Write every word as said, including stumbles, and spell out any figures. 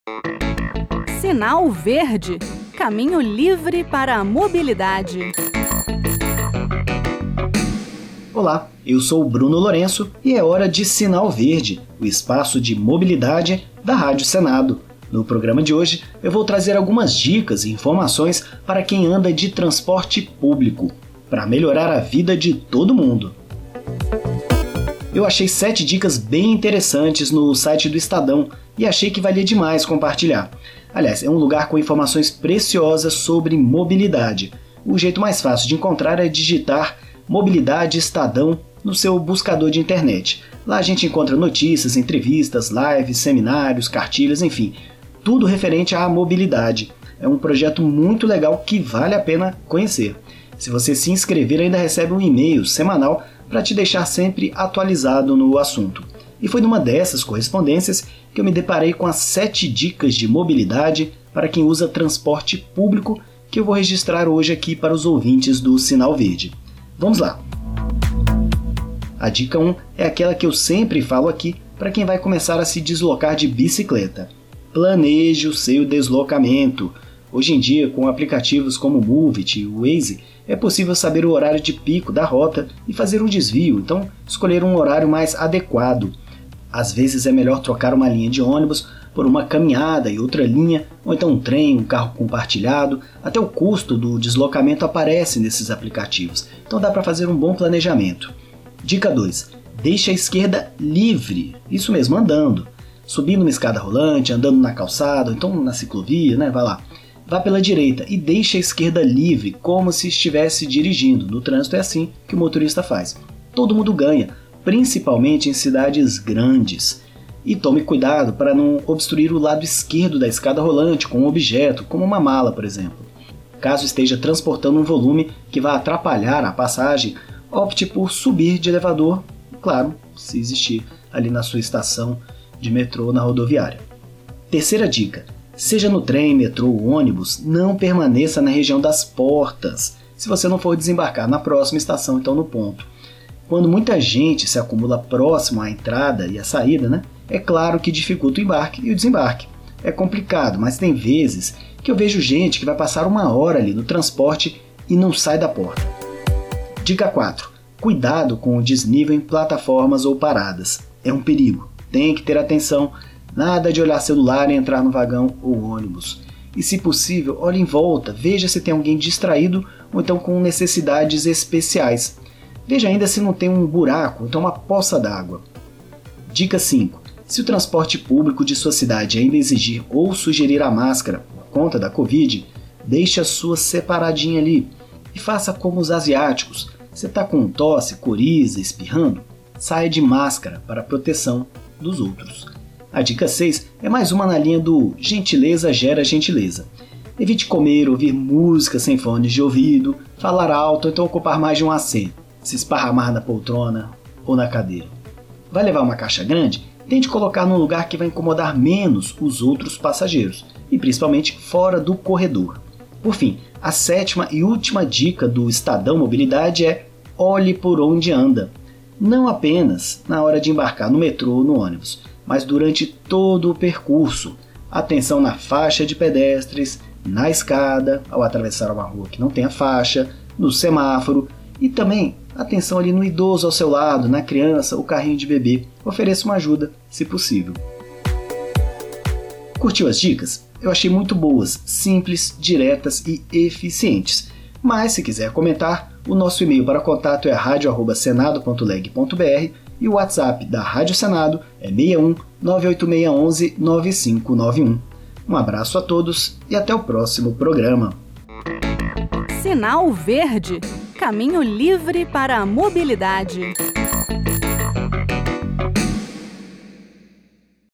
Sinal Verde, caminho livre para a mobilidade. Olá, eu sou o Bruno Lourenço e é hora de Sinal Verde, o espaço de mobilidade da Rádio Senado. No programa de hoje, eu vou trazer algumas dicas e informações para quem anda de transporte público, para melhorar a vida de todo mundo. Eu achei sete dicas bem interessantes no site do Estadão e achei que valia demais compartilhar. Aliás, é um lugar com informações preciosas sobre mobilidade. O jeito mais fácil de encontrar é digitar Mobilidade Estadão no seu buscador de internet. Lá a gente encontra notícias, entrevistas, lives, seminários, cartilhas, enfim, tudo referente à mobilidade. É um projeto muito legal que vale a pena conhecer. Se você se inscrever, ainda recebe um e-mail semanal para te deixar sempre atualizado no assunto. E foi numa dessas correspondências que eu me deparei com as sete dicas de mobilidade para quem usa transporte público que eu vou registrar hoje aqui para os ouvintes do Sinal Verde. Vamos lá! A dica um é aquela que eu sempre falo aqui para quem vai começar a se deslocar de bicicleta. Planeje o seu deslocamento. Hoje em dia, com aplicativos como o Moovit e o Waze, é possível saber o horário de pico da rota e fazer um desvio, então escolher um horário mais adequado. Às vezes é melhor trocar uma linha de ônibus por uma caminhada e outra linha, ou então um trem, um carro compartilhado. Até o custo do deslocamento aparece nesses aplicativos, então dá para fazer um bom planejamento. Dica dois. Deixe a esquerda livre, isso mesmo, andando. Subindo uma escada rolante, andando na calçada, ou então na ciclovia, né? Vai lá. Vá pela direita e deixe a esquerda livre, como se estivesse dirigindo. No trânsito é assim que o motorista faz. Todo mundo ganha, principalmente em cidades grandes. E tome cuidado para não obstruir o lado esquerdo da escada rolante com um objeto, como uma mala, por exemplo. Caso esteja transportando um volume que vá atrapalhar a passagem, opte por subir de elevador, claro, se existir ali na sua estação de metrô ou na rodoviária. Terceira dica. Seja no trem, metrô ou ônibus, não permaneça na região das portas, se você não for desembarcar na próxima estação, então no ponto. Quando muita gente se acumula próximo à entrada e à saída, né, é claro que dificulta o embarque e o desembarque. É complicado, mas tem vezes que eu vejo gente que vai passar uma hora ali no transporte e não sai da porta. Dica quatro. Cuidado com o desnível em plataformas ou paradas. É um perigo. Tem que ter atenção. Nada de olhar celular e entrar no vagão ou ônibus. E se possível, olhe em volta, veja se tem alguém distraído ou então com necessidades especiais. Veja ainda se não tem um buraco, então uma poça d'água. Dica cinco. Se o transporte público de sua cidade ainda exigir ou sugerir a máscara por conta da Covid, deixe a sua separadinha ali e faça como os asiáticos. Você está com tosse, coriza, espirrando? Saia de máscara para a proteção dos outros. A dica seis é mais uma na linha do gentileza gera gentileza. Evite comer, ouvir música sem fones de ouvido, falar alto ou então ocupar mais de um assento, se esparramar na poltrona ou na cadeira. Vai levar uma caixa grande? Tente colocar num lugar que vai incomodar menos os outros passageiros, e principalmente fora do corredor. Por fim, a sétima e última dica do Estadão Mobilidade é olhe por onde anda. Não apenas na hora de embarcar no metrô ou no ônibus, mas durante todo o percurso. Atenção na faixa de pedestres, na escada, ao atravessar uma rua que não tem a faixa, no semáforo e também atenção ali no idoso ao seu lado, na criança ou carrinho de bebê. Ofereça uma ajuda, se possível. Curtiu as dicas? Eu achei muito boas, simples, diretas e eficientes. Mas se quiser comentar, o nosso e-mail para contato é radio arroba senado ponto leg ponto br e o WhatsApp da Rádio Senado é seis um nove oito seis um um nove cinco nove um. Um abraço a todos e até o próximo programa. Sinal Verde, caminho livre para a mobilidade.